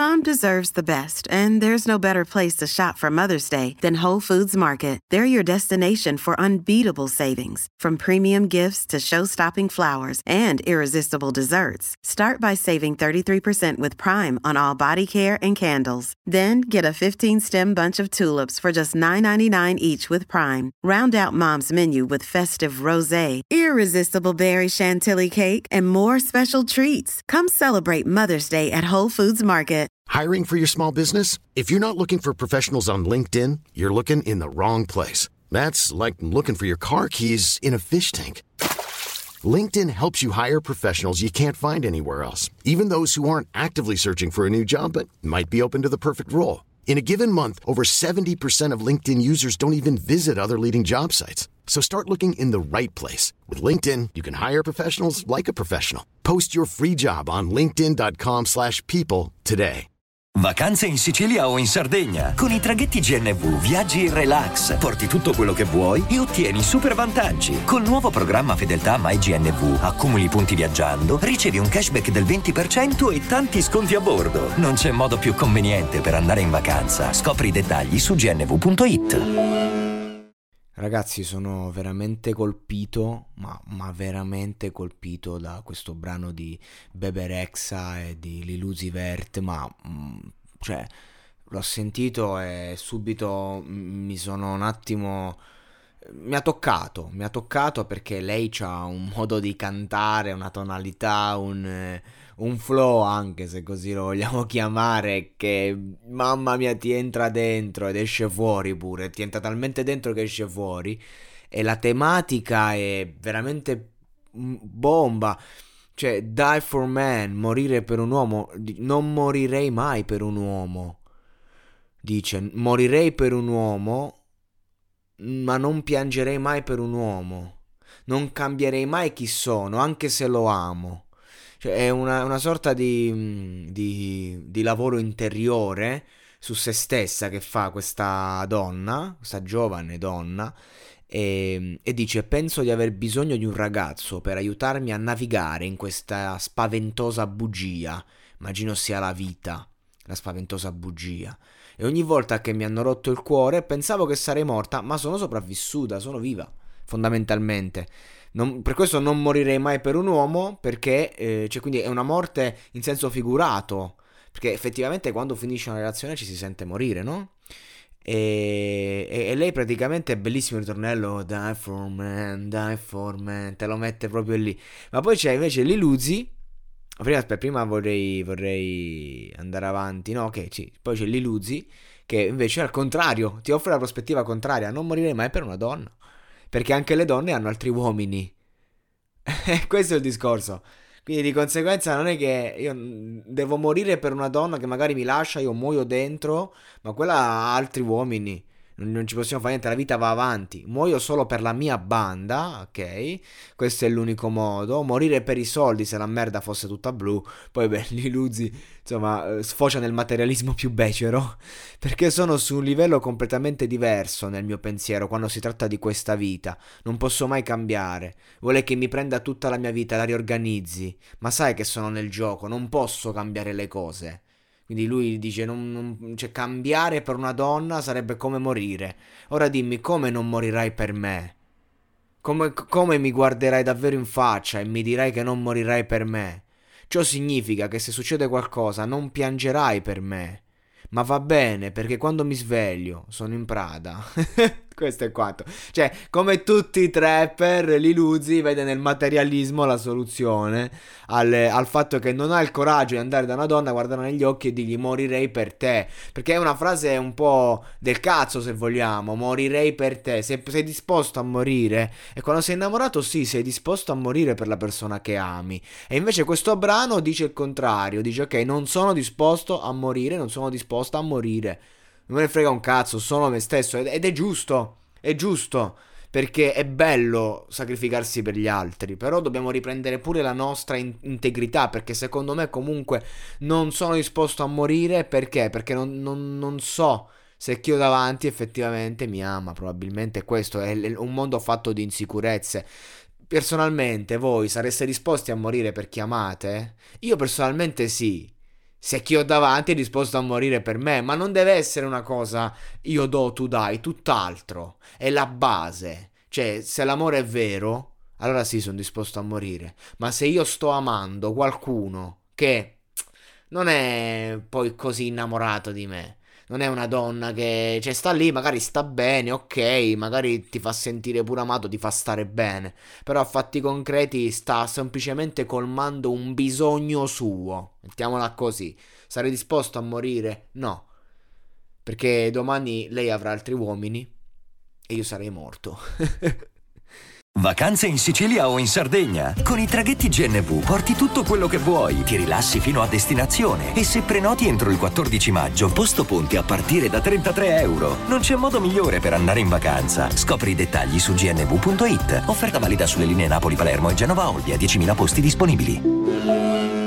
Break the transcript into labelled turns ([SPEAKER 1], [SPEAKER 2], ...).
[SPEAKER 1] Mom deserves the best, and there's no better place to shop for Mother's Day than Whole Foods Market. They're your destination for unbeatable savings, from premium gifts to show-stopping flowers and irresistible desserts. Start by saving 33% with Prime on all body care and candles. Then get a 15-stem bunch of tulips for just $9.99 each with Prime. Round out Mom's menu with festive rosé, irresistible berry chantilly cake, and more special treats. Come celebrate Mother's Day at Whole Foods Market.
[SPEAKER 2] Hiring for your small business? If you're not looking for professionals on LinkedIn, you're looking in the wrong place. That's like looking for your car keys in a fish tank. LinkedIn helps you hire professionals you can't find anywhere else, even those who aren't actively searching for a new job but might be open to the perfect role. In a given month, over 70% of LinkedIn users don't even visit other leading job sites. So start looking in the right place. With LinkedIn, you can hire professionals like a professional. Post your free job on linkedin.com/people today.
[SPEAKER 3] Vacanze in Sicilia o in Sardegna. Con i traghetti GNV viaggi in relax, porti tutto quello che vuoi e ottieni super vantaggi. Col nuovo programma Fedeltà MyGNV accumuli punti viaggiando, ricevi un cashback del 20% e tanti sconti a bordo. Non c'è modo più conveniente per andare in vacanza. Scopri i dettagli su gnv.it.
[SPEAKER 4] Ragazzi, sono veramente colpito, ma veramente colpito da questo brano di Bebe Rexha e di Lil Uzi Vert, cioè, l'ho sentito e subito mi sono un attimo... Mi ha toccato perché lei ha un modo di cantare, una tonalità, un flow, anche se così lo vogliamo chiamare, che mamma mia ti entra dentro ed esce fuori pure, ti entra talmente dentro che esce fuori, e la tematica è veramente bomba. Cioè, die for man, morire per un uomo, non morirei mai per un uomo, dice, morirei per un uomo ma non piangerei mai per un uomo, non cambierei mai chi sono, anche se lo amo. Cioè, è una sorta di lavoro interiore su se stessa che fa questa donna, questa giovane donna, e dice: penso di aver bisogno di un ragazzo per aiutarmi a navigare in questa spaventosa bugia. Immagino sia la vita, la spaventosa bugia. E ogni volta che mi hanno rotto il cuore pensavo che sarei morta, ma sono sopravvissuta, sono viva, fondamentalmente. Per questo non morirei mai per un uomo, perché cioè, quindi è una morte in senso figurato, perché effettivamente quando finisce una relazione ci si sente morire, no? E lei praticamente, è bellissimo il ritornello, die for man, te lo mette proprio lì. Ma poi c'è invece Lil Uzi. Prima vorrei andare avanti. No, ok, sì. Poi c'è Lil Uzi, che invece al contrario ti offre la prospettiva contraria: non morirei mai per una donna, perché anche le donne hanno altri uomini. Questo è il discorso. Quindi di conseguenza non è che io devo morire per una donna che magari mi lascia, io muoio dentro, ma quella ha altri uomini. Non ci possiamo fare niente, la vita va avanti. Muoio solo per la mia banda, ok? Questo è l'unico modo. Morire per i soldi, se la merda fosse tutta blu. Poi beh, Lil Uzi, insomma, sfocia nel materialismo più becero, perché sono su un livello completamente diverso nel mio pensiero quando si tratta di questa vita. Non posso mai cambiare. Vuole che mi prenda tutta la mia vita, la riorganizzi, ma sai che sono nel gioco, non posso cambiare le cose. Quindi lui dice, cioè, cambiare per una donna sarebbe come morire. Ora dimmi, come non morirai per me? Come mi guarderai davvero in faccia e mi dirai che non morirai per me? Ciò significa che se succede qualcosa non piangerai per me. Ma va bene, perché quando mi sveglio sono in Prada. Questo è quanto. Cioè, come tutti i trapper, Lil Uzi vede nel materialismo la soluzione al fatto che non ha il coraggio di andare da una donna, guardarla negli occhi e dirgli morirei per te. Perché è una frase un po' del cazzo, se vogliamo. Morirei per te. Se sei disposto a morire, e quando sei innamorato sì, sei disposto a morire per la persona che ami. E invece questo brano dice il contrario. Dice: ok, non sono disposto a morire, non sono disposta a morire. Non me ne frega un cazzo, sono me stesso. Ed è giusto, perché è bello sacrificarsi per gli altri, però dobbiamo riprendere pure la nostra integrità, perché secondo me comunque non sono disposto a morire. Perché? Perché non so se chi ho davanti effettivamente mi ama. Probabilmente questo è un mondo fatto di insicurezze. Personalmente voi sareste disposti a morire per chi amate? Io personalmente sì. Se chi ho davanti è disposto a morire per me, ma non deve essere una cosa io do, tu dai, tutt'altro. È la base. Cioè, se l'amore è vero, allora sì, sono disposto a morire. Ma se io sto amando qualcuno che non è poi così innamorato di me, non è una donna che, cioè, sta lì, magari sta bene, ok, magari ti fa sentire pure amato, ti fa stare bene, però a fatti concreti sta semplicemente colmando un bisogno suo, mettiamola così. Sarei disposto a morire? No, perché domani lei avrà altri uomini e io sarei morto.
[SPEAKER 3] Vacanze in Sicilia o in Sardegna? Con i traghetti GNV porti tutto quello che vuoi, ti rilassi fino a destinazione e se prenoti entro il 14 maggio, posto ponti a partire da €33. Non c'è modo migliore per andare in vacanza. Scopri i dettagli su gnv.it. Offerta valida sulle linee Napoli-Palermo e Genova-Olbia, 10.000 posti disponibili.